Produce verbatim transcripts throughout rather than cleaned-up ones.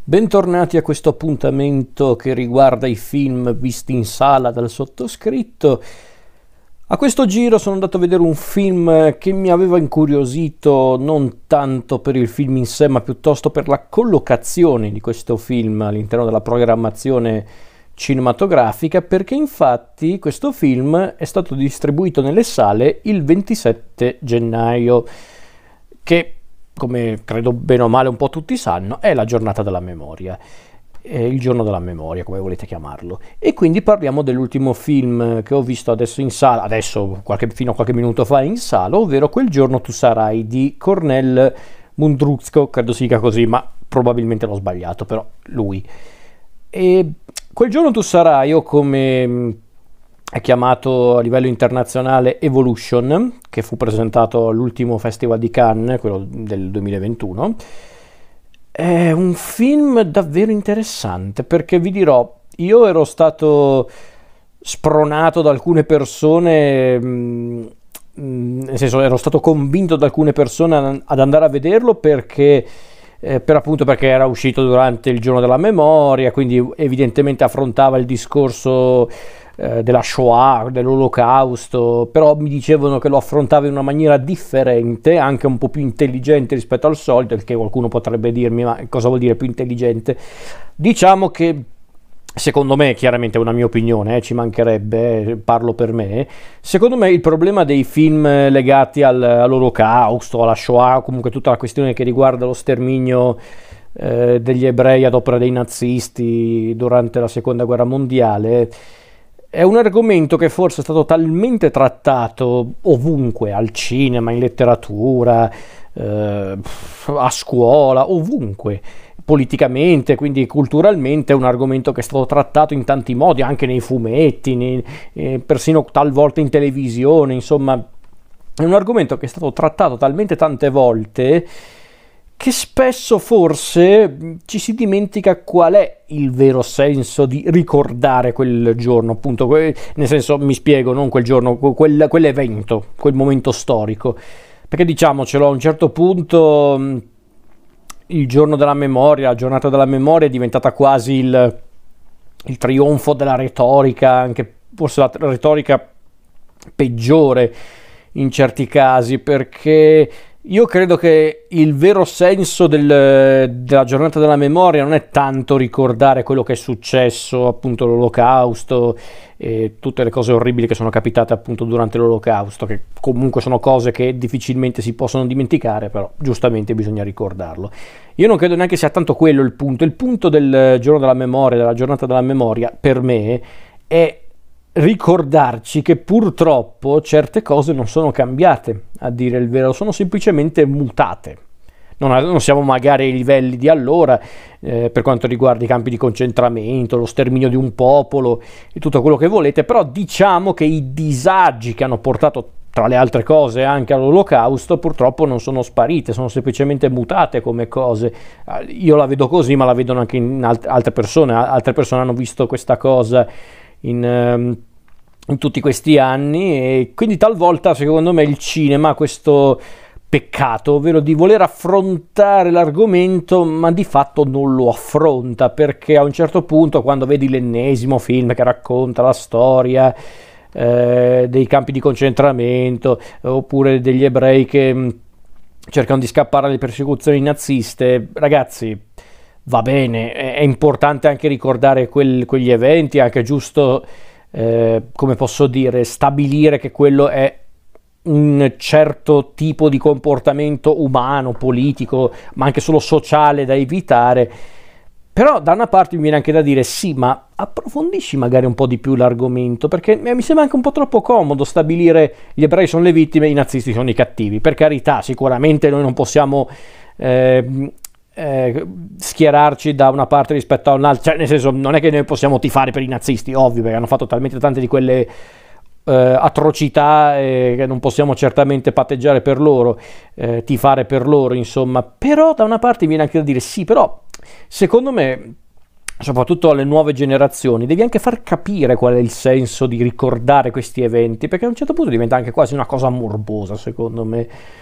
Bentornati a questo appuntamento che riguarda i film visti in sala dal sottoscritto. A questo giro sono andato a vedere un film che mi aveva incuriosito non tanto per il film in sé, ma piuttosto per la collocazione di questo film all'interno della programmazione cinematografica, perché infatti questo film è stato distribuito nelle sale il ventisette gennaio, che, come credo bene o male un po' tutti sanno, è la giornata della memoria, eh, il giorno della memoria, come volete chiamarlo. E quindi parliamo dell'ultimo film che ho visto adesso in sala, adesso qualche, fino a qualche minuto fa in sala, ovvero Quel giorno tu sarai di Kornél Mundruczko, credo si dica così, ma probabilmente l'ho sbagliato, però lui. E Quel giorno tu sarai, o come è chiamato a livello internazionale Evolution, che fu presentato all'ultimo Festival di Cannes, quello del duemilaventuno, è un film davvero interessante, perché vi dirò, io ero stato spronato da alcune persone, mh, nel senso ero stato convinto da alcune persone ad andare a vederlo perché Eh, per appunto perché era uscito durante il giorno della memoria, quindi evidentemente affrontava il discorso eh, della Shoah, dell'Olocausto, però mi dicevano che lo affrontava in una maniera differente, anche un po' più intelligente rispetto al solito, il che qualcuno potrebbe dirmi, ma cosa vuol dire più intelligente? Diciamo che secondo me, chiaramente è una mia opinione, eh, ci mancherebbe, eh, parlo per me, secondo me il problema dei film legati al, all'Olocausto, alla Shoah, comunque tutta la questione che riguarda lo sterminio eh, degli ebrei ad opera dei nazisti durante la seconda guerra mondiale, è un argomento che forse è stato talmente trattato ovunque, al cinema, in letteratura, eh, a scuola, ovunque, politicamente, quindi culturalmente, è un argomento che è stato trattato in tanti modi, anche nei fumetti, nei, eh, persino talvolta in televisione, insomma, è un argomento che è stato trattato talmente tante volte che spesso forse ci si dimentica qual è il vero senso di ricordare quel giorno, appunto, que- nel senso, mi spiego, non quel giorno, quel, quell'evento, quel momento storico, perché diciamocelo, a un certo punto il giorno della memoria, la giornata della memoria è diventata quasi il, il trionfo della retorica, anche forse la retorica peggiore in certi casi, perché io credo che il vero senso del, della giornata della memoria non è tanto ricordare quello che è successo, appunto l'Olocausto e tutte le cose orribili che sono capitate appunto durante l'Olocausto, che comunque sono cose che difficilmente si possono dimenticare, però giustamente bisogna ricordarlo. Io non credo neanche sia tanto quello il punto. Il punto del giorno della memoria, della giornata della memoria, per me, è ricordarci che purtroppo certe cose non sono cambiate, a dire il vero, sono semplicemente mutate. Non, non siamo magari ai livelli di allora, eh, per quanto riguarda i campi di concentramento, lo sterminio di un popolo e tutto quello che volete, però diciamo che i disagi che hanno portato, tra le altre cose, anche all'Olocausto, purtroppo non sono sparite, sono semplicemente mutate come cose. Io la vedo così, ma la vedono anche in alt- altre persone, altre persone hanno visto questa cosa in... Um, in tutti questi anni, e quindi talvolta secondo me il cinema ha questo peccato, ovvero di voler affrontare l'argomento ma di fatto non lo affronta, perché a un certo punto, quando vedi l'ennesimo film che racconta la storia eh, dei campi di concentramento oppure degli ebrei che mh, cercano di scappare dalle persecuzioni naziste, ragazzi, va bene, è, è importante anche ricordare quel, quegli eventi, è anche giusto, Eh, come posso dire, stabilire che quello è un certo tipo di comportamento umano, politico, ma anche solo sociale da evitare. Però da una parte mi viene anche da dire sì, ma approfondisci magari un po' di più l'argomento, perché mi sembra anche un po' troppo comodo stabilire gli ebrei sono le vittime, i nazisti sono i cattivi. Per carità, sicuramente noi non possiamo eh, Eh, schierarci da una parte rispetto a un'altra, cioè, nel senso, non è che noi possiamo tifare per i nazisti, ovvio, perché hanno fatto talmente tante di quelle eh, atrocità eh, che non possiamo certamente patteggiare per loro, eh, tifare per loro, insomma. Però da una parte viene anche da dire sì, però secondo me, soprattutto alle nuove generazioni, devi anche far capire qual è il senso di ricordare questi eventi, perché a un certo punto diventa anche quasi una cosa morbosa, secondo me.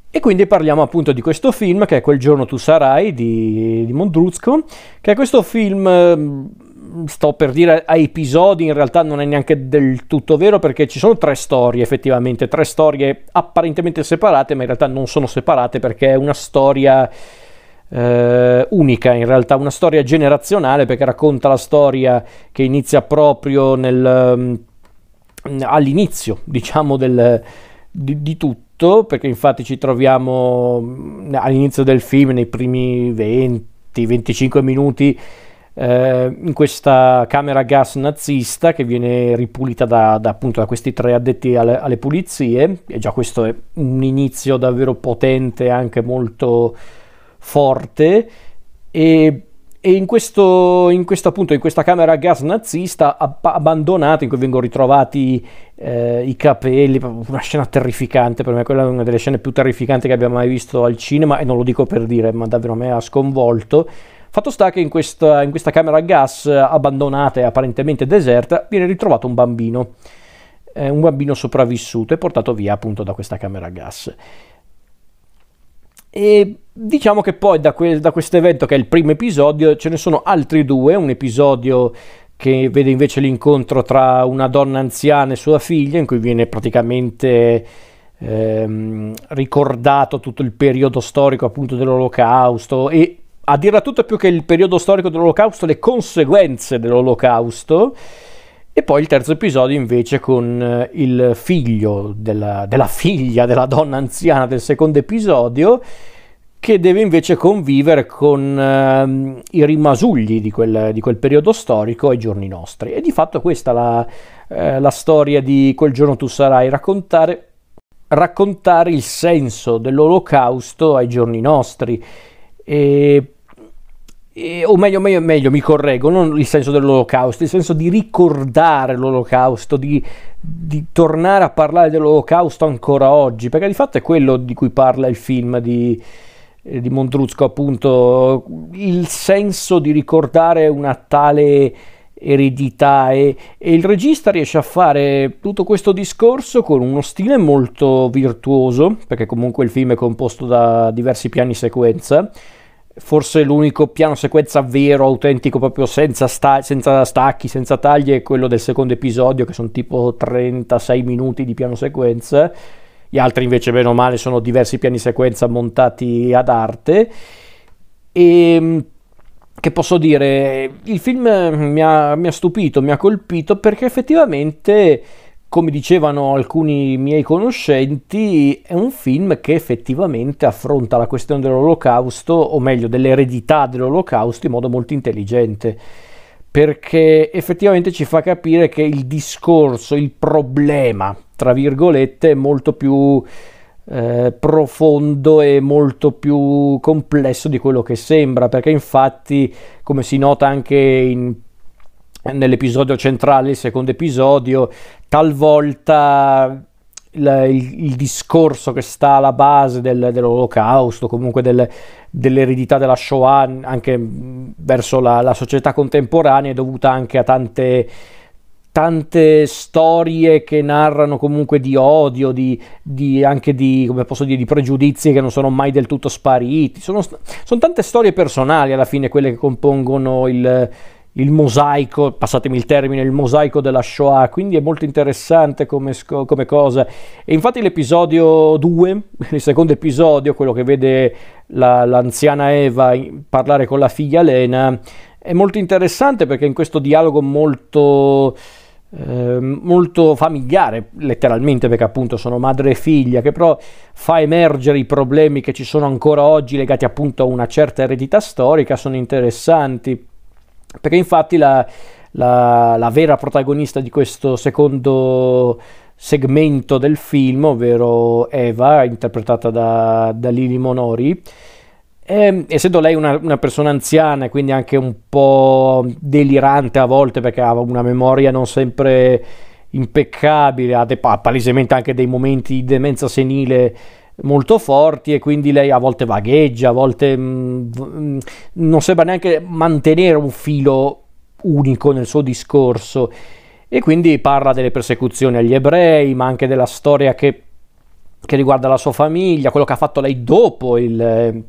E quindi parliamo appunto di questo film che è Quel giorno tu sarai di, di Mondruzco, che è questo film, sto per dire a episodi, in realtà non è neanche del tutto vero perché ci sono tre storie effettivamente, tre storie apparentemente separate ma in realtà non sono separate perché è una storia eh, unica, in realtà una storia generazionale perché racconta la storia che inizia proprio nel, all'inizio diciamo del, di, di tutto, perché infatti ci troviamo all'inizio del film nei primi venti venticinque minuti in questa camera a gas nazista che viene ripulita da, da, appunto, da questi tre addetti alle, alle pulizie, e già questo è un inizio davvero potente, anche molto forte, e, e in questo, in questo appunto in questa camera a gas nazista ab- abbandonata in cui vengono ritrovati eh, i capelli, una scena terrificante, per me quella è una delle scene più terrificanti che abbiamo mai visto al cinema, e non lo dico per dire, ma davvero a me ha sconvolto. Fatto sta che in questa, in questa camera a gas abbandonata e apparentemente deserta viene ritrovato un bambino, eh, un bambino sopravvissuto e portato via appunto da questa camera a gas. E diciamo che poi da, que- da questo evento, che è il primo episodio, ce ne sono altri due, un episodio che vede invece l'incontro tra una donna anziana e sua figlia, in cui viene praticamente ehm, ricordato tutto il periodo storico appunto dell'Olocausto, e a dirla tutta più che il periodo storico dell'Olocausto, le conseguenze dell'Olocausto. E poi il terzo episodio invece con il figlio della, della figlia della donna anziana del secondo episodio, che deve invece convivere con eh, i rimasugli di quel, di quel periodo storico ai giorni nostri. E di fatto questa è la, eh, la storia di Quel giorno tu sarai, raccontare, raccontare il senso dell'Olocausto ai giorni nostri. E E, o meglio, meglio, meglio, mi correggo, non il senso dell'Olocausto, il senso di ricordare l'Olocausto, di, di tornare a parlare dell'Olocausto ancora oggi, perché di fatto è quello di cui parla il film di, eh, di Mondruzco, appunto, il senso di ricordare una tale eredità, e, e il regista riesce a fare tutto questo discorso con uno stile molto virtuoso, perché comunque il film è composto da diversi piani sequenza. Forse l'unico piano sequenza vero, autentico, proprio senza, sta- senza stacchi, senza tagli, è quello del secondo episodio, che sono tipo trentasei minuti di piano sequenza. Gli altri invece, bene o male, sono diversi piani sequenza montati ad arte. E che posso dire, il film mi ha, mi ha stupito, mi ha colpito, perché effettivamente, come dicevano alcuni miei conoscenti, è un film che effettivamente affronta la questione dell'Olocausto, o meglio dell'eredità dell'Olocausto, in modo molto intelligente, perché effettivamente ci fa capire che il discorso, il problema, tra virgolette, è molto più eh, profondo e molto più complesso di quello che sembra, perché infatti, come si nota anche in nell'episodio centrale, il secondo episodio, talvolta il, il, il discorso che sta alla base del, dell'Olocausto, comunque del, dell'eredità della Shoah anche verso la, la società contemporanea, è dovuta anche a tante tante storie che narrano comunque di odio, di, di anche di, come posso dire, di pregiudizi che non sono mai del tutto spariti. Sono, sono tante storie personali alla fine quelle che compongono il il mosaico, passatemi il termine, il mosaico della Shoah, quindi è molto interessante come, come cosa. E infatti l'episodio due, il secondo episodio, quello che vede la, l'anziana Eva parlare con la figlia Lena, è molto interessante perché in questo dialogo molto, eh, molto familiare, letteralmente, perché appunto sono madre e figlia, che però fa emergere i problemi che ci sono ancora oggi legati appunto a una certa eredità storica, sono interessanti. Perché infatti la, la, la vera protagonista di questo secondo segmento del film, ovvero Eva, interpretata da, da Lily Monori, è, essendo lei una, una persona anziana e quindi anche un po' delirante a volte, perché ha una memoria non sempre impeccabile, ha, de, ha palesemente anche dei momenti di demenza senile molto forti, e quindi lei a volte vagheggia, a volte mh, non sembra neanche mantenere un filo unico nel suo discorso, e quindi parla delle persecuzioni agli ebrei, ma anche della storia che che riguarda la sua famiglia, quello che ha fatto lei dopo il,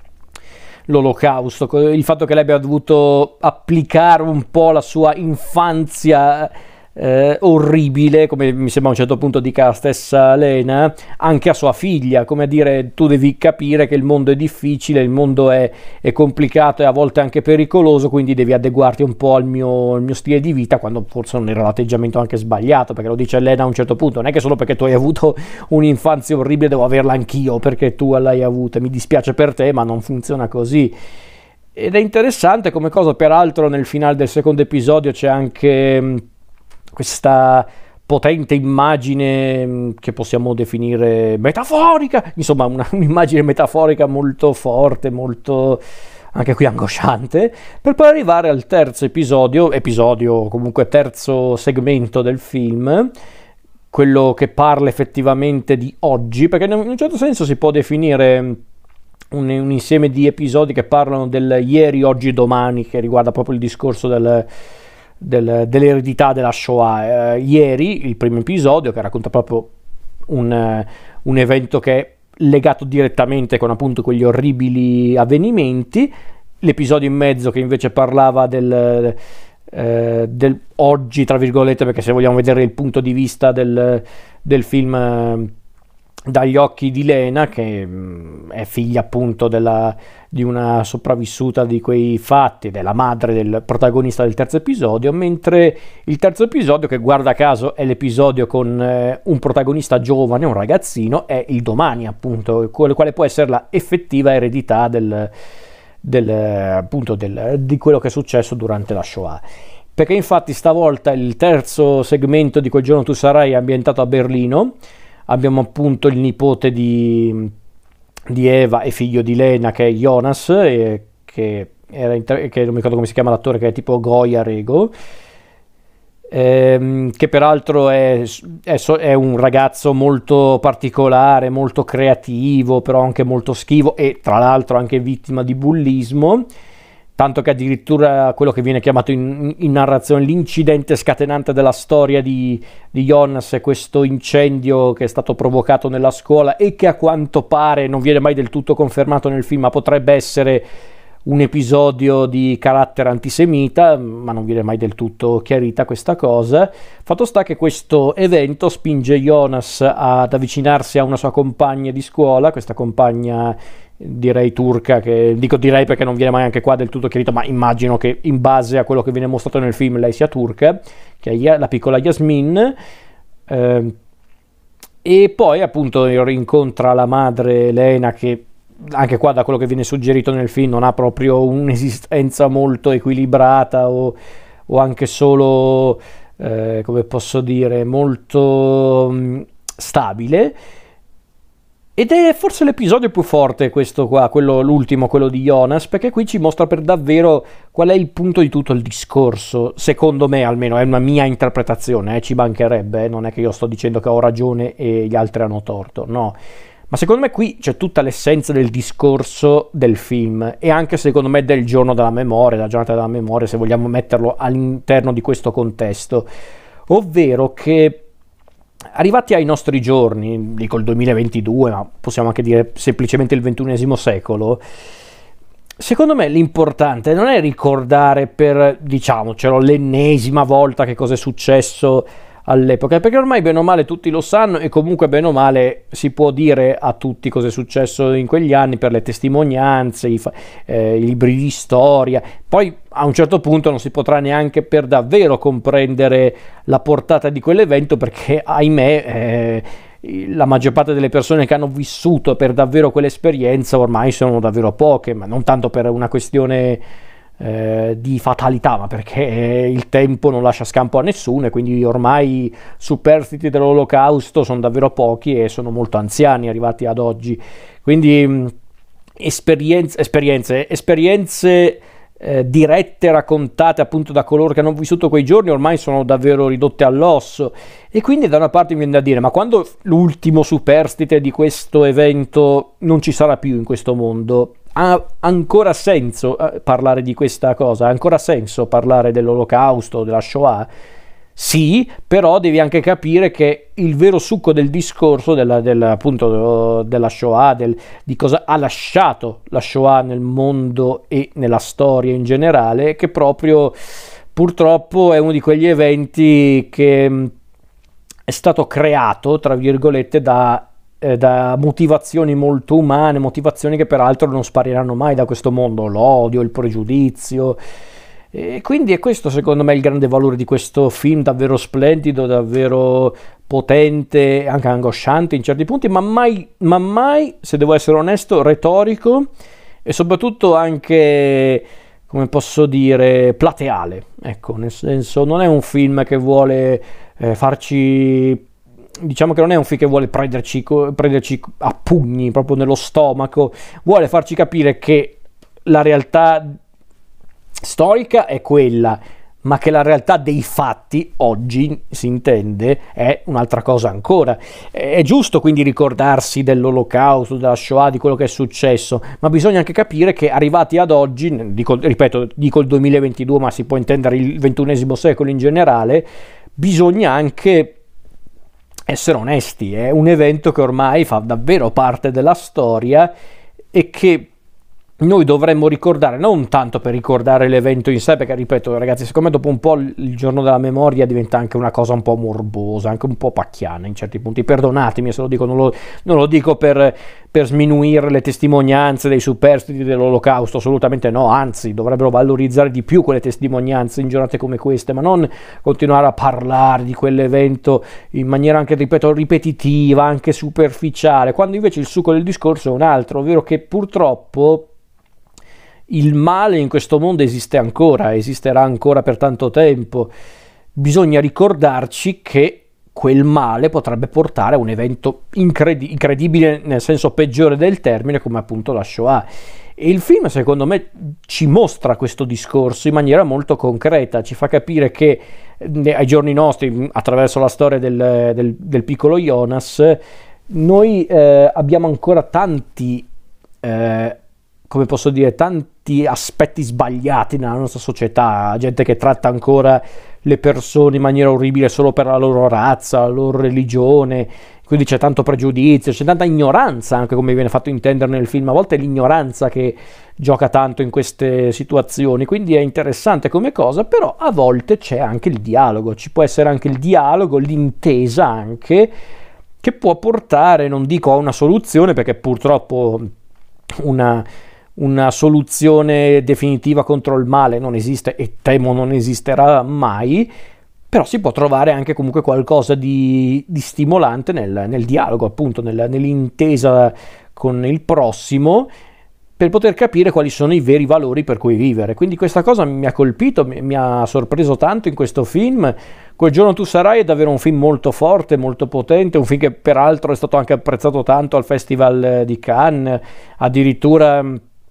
l'olocausto, il fatto che lei abbia dovuto applicare un po' la sua infanzia eh, orribile, come mi sembra a un certo punto dica la stessa Lena, anche a sua figlia, come a dire: tu devi capire che il mondo è difficile, il mondo è, è complicato e a volte anche pericoloso, quindi devi adeguarti un po' al mio, al mio stile di vita, quando forse non era l'atteggiamento anche sbagliato, perché lo dice Lena a un certo punto: non è che solo perché tu hai avuto un'infanzia orribile devo averla anch'io perché tu l'hai avuta, mi dispiace per te ma non funziona così. Ed è interessante come cosa, peraltro nel finale del secondo episodio c'è anche questa potente immagine che possiamo definire metaforica, insomma una, un'immagine metaforica molto forte, molto anche qui angosciante, per poi arrivare al terzo episodio, episodio comunque terzo segmento del film, quello che parla effettivamente di oggi, perché in un certo senso si può definire un, un insieme di episodi che parlano del ieri, oggi, domani, che riguarda proprio il discorso del Del, dell'eredità della Shoah. Eh, ieri il primo episodio che racconta proprio un, uh, un evento che è legato direttamente con appunto quegli orribili avvenimenti, l'episodio in mezzo che invece parlava del, uh, del oggi tra virgolette, perché se vogliamo vedere il punto di vista del, del film uh, dagli occhi di Lena, che mh, è figlia appunto della, di una sopravvissuta di quei fatti, della madre del protagonista del terzo episodio, mentre il terzo episodio, che guarda caso è l'episodio con eh, un protagonista giovane, un ragazzino, è il domani appunto, quale, quale può essere la effettiva eredità del, del, appunto del, di quello che è successo durante la Shoah. Perché infatti stavolta il terzo segmento di Quel giorno tu sarai è ambientato a Berlino. Abbiamo appunto il nipote di, di Eva e figlio di Lena, che è Jonas, e che, era inter- che non mi ricordo come si chiama l'attore, che è tipo Goya Rego, ehm, che peraltro è, è, so- è un ragazzo molto particolare, molto creativo, però anche molto schivo e tra l'altro anche vittima di bullismo. Tanto che addirittura quello che viene chiamato in, in narrazione l'incidente scatenante della storia di, di Jonas è questo incendio che è stato provocato nella scuola e che a quanto pare non viene mai del tutto confermato nel film, ma potrebbe essere un episodio di carattere antisemita, ma non viene mai del tutto chiarita questa cosa. Fatto sta che questo evento spinge Jonas ad avvicinarsi a una sua compagna di scuola, questa compagna direi turca, che dico direi perché non viene mai anche qua del tutto chiarito, ma immagino che in base a quello che viene mostrato nel film lei sia turca, che è la piccola Yasmin, eh, e poi appunto rincontra la madre Lena, che anche qua da quello che viene suggerito nel film non ha proprio un'esistenza molto equilibrata o, o anche solo eh, come posso dire molto mh, stabile. Ed è forse l'episodio più forte questo qua, quello, l'ultimo, quello di Jonas, perché qui ci mostra per davvero qual è il punto di tutto il discorso, secondo me almeno, è una mia interpretazione, eh, ci mancherebbe, eh, non è che io sto dicendo che ho ragione e gli altri hanno torto, no. Ma secondo me qui c'è tutta l'essenza del discorso del film e anche secondo me del giorno della memoria, la giornata della memoria, se vogliamo metterlo all'interno di questo contesto, ovvero che arrivati ai nostri giorni, dico il duemilaventidue, ma possiamo anche dire semplicemente il ventunesimo secolo, secondo me l'importante non è ricordare per, diciamocelo, l'ennesima volta che cosa è successo all'epoca, perché ormai bene o male tutti lo sanno e comunque bene o male si può dire a tutti cosa è successo in quegli anni per le testimonianze, i, eh, i libri di storia. Poi a un certo punto non si potrà neanche per davvero comprendere la portata di quell'evento, perché ahimè eh, la maggior parte delle persone che hanno vissuto per davvero quell'esperienza ormai sono davvero poche, ma non tanto per una questione Eh, di fatalità, ma perché il tempo non lascia scampo a nessuno e quindi ormai superstiti dell'olocausto sono davvero pochi e sono molto anziani arrivati ad oggi. Quindi mh, esperienze, esperienze, esperienze eh, dirette, raccontate appunto da coloro che hanno vissuto quei giorni, ormai sono davvero ridotte all'osso. E quindi da una parte mi viene da dire: ma quando l'ultimo superstite di questo evento non ci sarà più in questo mondo, ha ancora senso parlare di questa cosa? Ha ancora senso parlare dell'olocausto, della Shoah? Sì, però devi anche capire che il vero succo del discorso della, della, appunto, della Shoah, del, di cosa ha lasciato la Shoah nel mondo e nella storia in generale, che proprio purtroppo è uno di quegli eventi che mh, è stato creato, tra virgolette, da, eh, da motivazioni molto umane, motivazioni che peraltro non spariranno mai da questo mondo, l'odio, il pregiudizio. E quindi è questo secondo me il grande valore di questo film, davvero splendido, davvero potente, anche angosciante in certi punti, ma mai, ma mai, se devo essere onesto, retorico e soprattutto anche, come posso dire, plateale. Ecco, nel senso, non è un film che vuole eh, farci... Diciamo che non è un film che vuole prenderci, prenderci a pugni proprio nello stomaco, vuole farci capire che la realtà storica è quella, ma che la realtà dei fatti oggi, si intende, è un'altra cosa ancora. È giusto quindi ricordarsi dell'olocausto, della Shoah, di quello che è successo, ma bisogna anche capire che arrivati ad oggi, dico, ripeto, dico il duemilaventidue, ma si può intendere il ventunesimo secolo in generale, bisogna anche essere onesti. È un evento che ormai fa davvero parte della storia e che noi dovremmo ricordare, non tanto per ricordare l'evento in sé, perché ripeto ragazzi, secondo me dopo un po' il giorno della memoria diventa anche una cosa un po' morbosa, anche un po' pacchiana in certi punti, perdonatemi se lo dico, non lo, non lo dico per, per sminuire le testimonianze dei superstiti dell'olocausto, assolutamente no, anzi dovrebbero valorizzare di più quelle testimonianze in giornate come queste, ma non continuare a parlare di quell'evento in maniera anche, ripeto, ripetitiva, anche superficiale, quando invece il succo del discorso è un altro, ovvero che purtroppo il male in questo mondo esiste ancora, esisterà ancora per tanto tempo. Bisogna ricordarci che quel male potrebbe portare a un evento incredi- incredibile nel senso peggiore del termine, come appunto la Shoah. E il film, secondo me, ci mostra questo discorso in maniera molto concreta, ci fa capire che eh, ai giorni nostri, attraverso la storia del, del, del piccolo Jonas, noi eh, abbiamo ancora tanti... Eh, come posso dire, tanti aspetti sbagliati nella nostra società, gente che tratta ancora le persone in maniera orribile solo per la loro razza, la loro religione, quindi c'è tanto pregiudizio, c'è tanta ignoranza anche, come viene fatto intendere nel film, a volte è l'ignoranza che gioca tanto in queste situazioni, quindi è interessante come cosa, però a volte c'è anche il dialogo, ci può essere anche il dialogo, l'intesa anche, che può portare, non dico a una soluzione, perché purtroppo una... una soluzione definitiva contro il male non esiste e temo non esisterà mai, però si può trovare anche comunque qualcosa di, di stimolante nel, nel dialogo, appunto nel, nell'intesa con il prossimo, per poter capire quali sono i veri valori per cui vivere. Quindi questa cosa mi ha colpito, mi, mi ha sorpreso tanto in questo film. Quel giorno tu sarai è davvero un film molto forte, molto potente, un film che peraltro è stato anche apprezzato tanto al Festival di Cannes, addirittura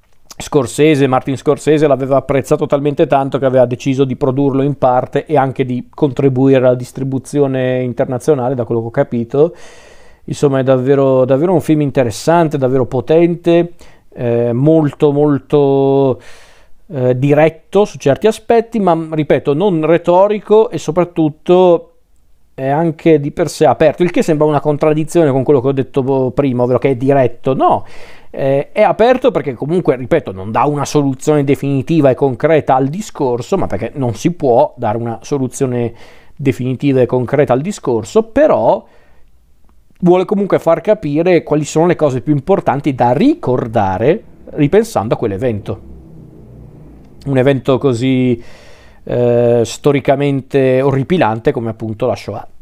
Scorsese, Martin Scorsese l'aveva apprezzato talmente tanto che aveva deciso di produrlo in parte e anche di contribuire alla distribuzione internazionale, da quello che ho capito. Insomma, è davvero, davvero un film interessante, davvero potente, eh, molto molto eh, diretto su certi aspetti, ma ripeto, non retorico e soprattutto è anche di per sé aperto, il che sembra una contraddizione con quello che ho detto prima, ovvero che è diretto. No, eh, è aperto perché comunque, ripeto, non dà una soluzione definitiva e concreta al discorso, ma perché non si può dare una soluzione definitiva e concreta al discorso, però vuole comunque far capire quali sono le cose più importanti da ricordare ripensando a quell'evento. Un evento così eh, storicamente orripilante come appunto la Shoah.